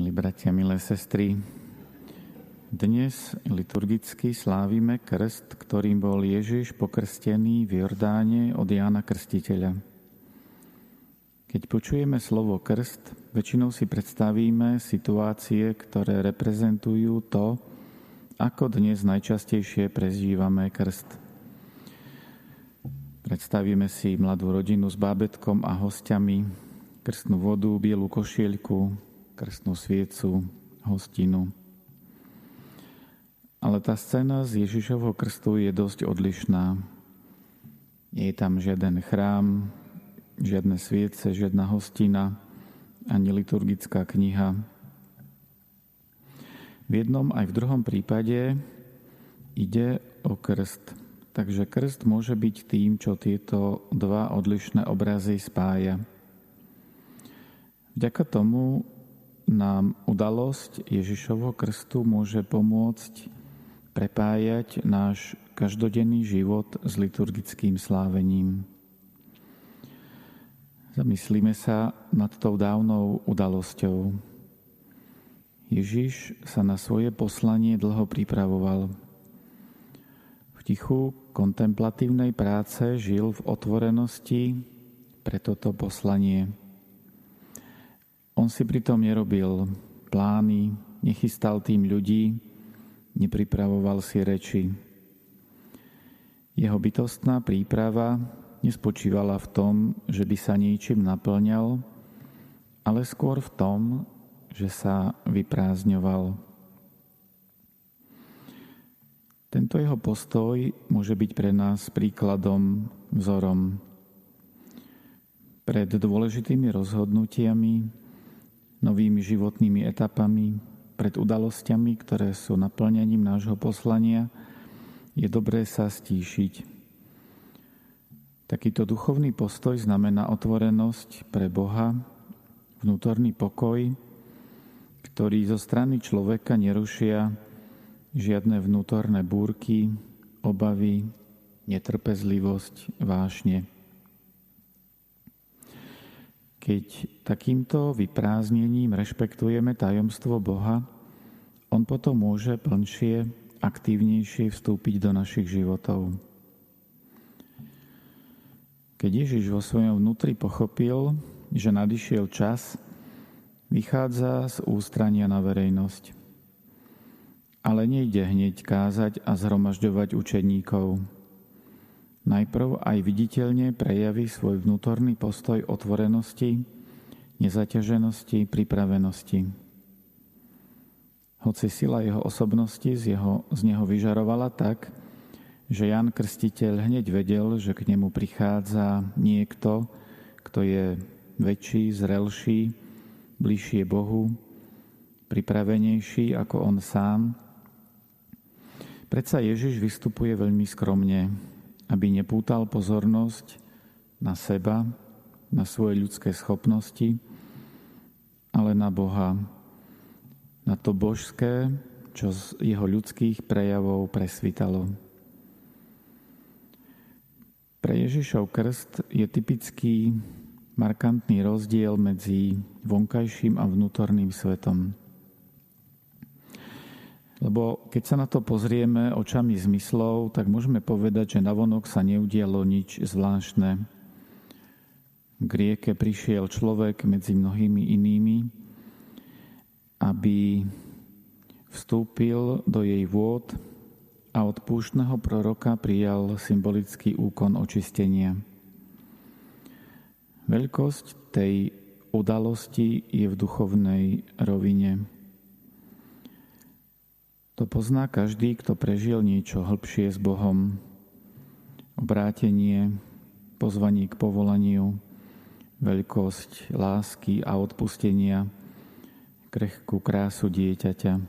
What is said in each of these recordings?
Milí bratia, milé sestry, dnes liturgicky slávime krst, ktorým bol Ježiš pokrstený v Jordáne od Jána Krstiteľa. Keď počujeme slovo krst, väčšinou si predstavíme situácie, ktoré reprezentujú to, ako dnes najčastejšie prežívame krst. Predstavíme si mladú rodinu s bábätkom a hostiami, krstnú vodu, bielu košieľku, krstnú sviecu, hostinu. Ale tá scéna z Ježišovho krstu je dosť odlišná. Nie je tam žiaden chrám, žiadne sviece, žiadna hostina, ani liturgická kniha. V jednom aj v druhom prípade ide o krst. Takže krst môže byť tým, čo tieto dva odlišné obrazy spája. Vďaka tomu nám udalosť Ježišovho krstu môže pomôcť prepájať náš každodenný život s liturgickým slávením. Zamyslíme sa nad tou dávnou udalosťou. Ježiš sa na svoje poslanie dlho pripravoval. V tichu kontemplatívnej práce žil v otvorenosti pre toto poslanie. On si pritom nerobil plány, nechystal tým ľudí, nepripravoval si reči. Jeho bytostná príprava nespočívala v tom, že by sa niečím naplňal, ale skôr v tom, že sa vyprázdňoval. Tento jeho postoj môže byť pre nás príkladom, vzorom. Pred dôležitými rozhodnutiami, novými životnými etapami, pred udalosťami, ktoré sú naplňaním nášho poslania, je dobré sa stíšiť. Takýto duchovný postoj znamená otvorenosť pre Boha, vnútorný pokoj, ktorý zo strany človeka nerušia žiadne vnútorné búrky, obavy, netrpezlivosť, vášne. Keď takýmto vyprázdnením rešpektujeme tajomstvo Boha, on potom môže plnšie, aktívnejšie vstúpiť do našich životov. Keď Ježiš vo svojom vnútri pochopil, že nadišiel čas, vychádza z ústrania na verejnosť. Ale nejde hneď kázať a zhromažďovať učeníkov. Najprv aj viditeľne prejaví svoj vnútorný postoj otvorenosti, nezaťaženosti, pripravenosti. Hoci sila jeho osobnosti z neho vyžarovala tak, že Ján Krstiteľ hneď vedel, že k nemu prichádza niekto, kto je väčší, zrelší, bližšie Bohu, pripravenejší ako on sám. Predsa Ježiš vystupuje veľmi skromne, aby nepútal pozornosť na seba, na svoje ľudské schopnosti, ale na Boha, na to božské, čo z jeho ľudských prejavov presvitalo. Pre Ježišov krst je typický markantný rozdiel medzi vonkajším a vnútorným svetom. Lebo keď sa na to pozrieme očami zmyslov, tak môžeme povedať, že navonok sa neudialo nič zvláštne. K rieke prišiel človek medzi mnohými inými, aby vstúpil do jej vôd a od púštneho proroka prijal symbolický úkon očistenia. Veľkosť tej udalosti je v duchovnej rovine. To pozná každý, kto prežil niečo hlbšie s Bohom. Obrátenie, pozvanie k povolaniu, veľkosť lásky a odpustenia, krehkú krásu dieťaťa.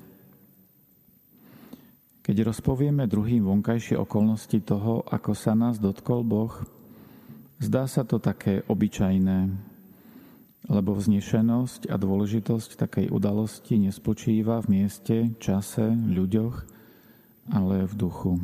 Keď rozpovieme druhým vonkajšie okolnosti toho, ako sa nás dotkol Boh, zdá sa to také obyčajné, lebo vznešenosť a dôležitosť takej udalosti nespočíva v mieste, čase, ľuďoch, ale v duchu.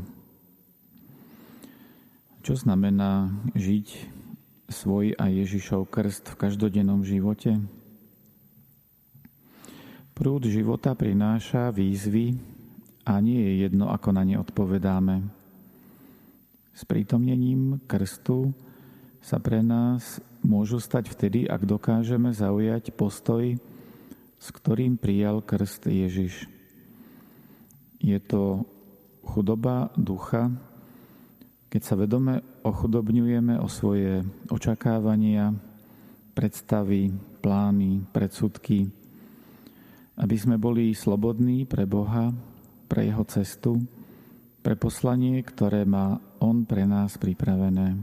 Čo znamená žiť svoj a Ježišov krst v každodennom živote? Prúd života prináša výzvy a nie je jedno, ako na ne odpovedáme. S prítomnením krstu sa pre nás môžu stať vtedy, ak dokážeme zaujať postoj, s ktorým prijal krst Ježiš. Je to chudoba ducha, keď sa vedome ochudobňujeme o svoje očakávania, predstavy, plány, predsudky, aby sme boli slobodní pre Boha, pre Jeho cestu, pre poslanie, ktoré má On pre nás pripravené.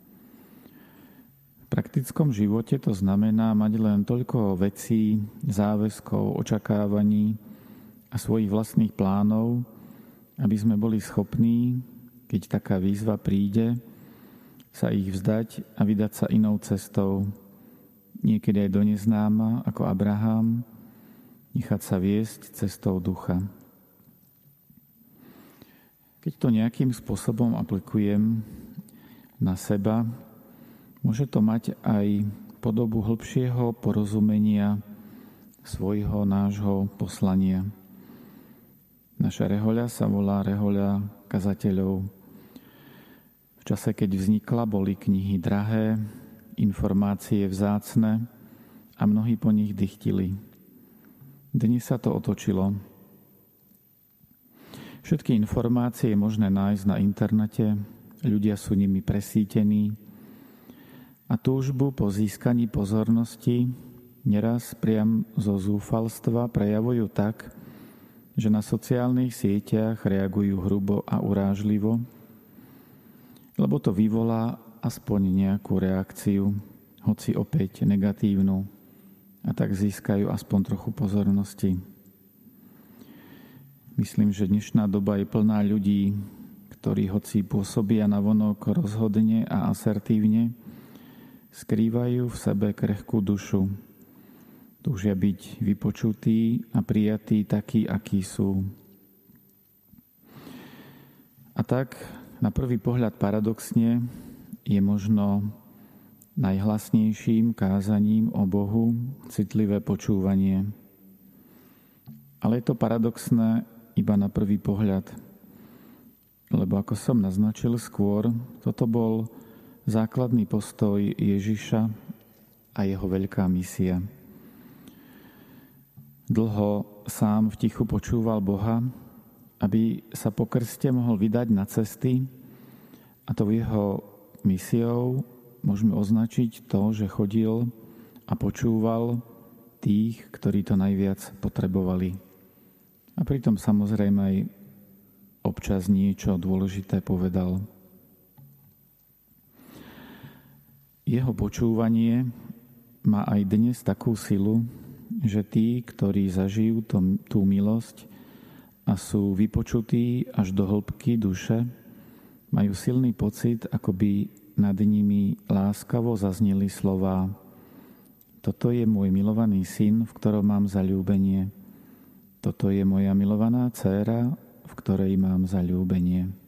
V praktickom živote to znamená mať len toľko vecí, záväzkov, očakávaní a svojich vlastných plánov, aby sme boli schopní, keď taká výzva príde, sa ich vzdať a vydať sa inou cestou, niekedy aj do neznáma, ako Abraham, nechať sa viesť cestou ducha. Keď to nejakým spôsobom aplikujem na seba, môže to mať aj podobu hlbšieho porozumenia svojho, nášho poslania. Naša rehoľa sa volá rehoľa kazateľov. V čase, keď vznikla, boli knihy drahé, informácie vzácne a mnohí po nich dychtili. Dnes sa to otočilo. Všetky informácie je možné nájsť na internete, ľudia sú nimi presýtení a túžbu po získaní pozornosti neraz priam zo zúfalstva prejavujú tak, že na sociálnych sieťach reagujú hrubo a urážlivo, lebo to vyvolá aspoň nejakú reakciu, hoci opäť negatívnu, a tak získajú aspoň trochu pozornosti. Myslím, že dnešná doba je plná ľudí, ktorí hoci pôsobia navonok rozhodne a asertívne, skrývajú v sebe krehkú dušu. Túžia byť vypočutí a prijatí takí, akí sú. A tak, na prvý pohľad paradoxne, je možno najhlasnejším kázaním o Bohu citlivé počúvanie. Ale je to paradoxné iba na prvý pohľad. Lebo ako som naznačil skôr, toto bol základný postoj Ježiša a jeho veľká misia. Dlho sám v tichu počúval Boha, aby sa po krste mohol vydať na cesty, a to jeho misiou môžeme označiť to, že chodil a počúval tých, ktorí to najviac potrebovali. A pritom samozrejme aj občas niečo dôležité povedal. Jeho počúvanie má aj dnes takú silu, že tí, ktorí zažijú tú milosť a sú vypočutí až do hĺbky duše, majú silný pocit, ako by nad nimi láskavo zazneli slová: Toto je môj milovaný syn, v ktorom mám zaľúbenie. Toto je moja milovaná dcéra, v ktorej mám zaľúbenie.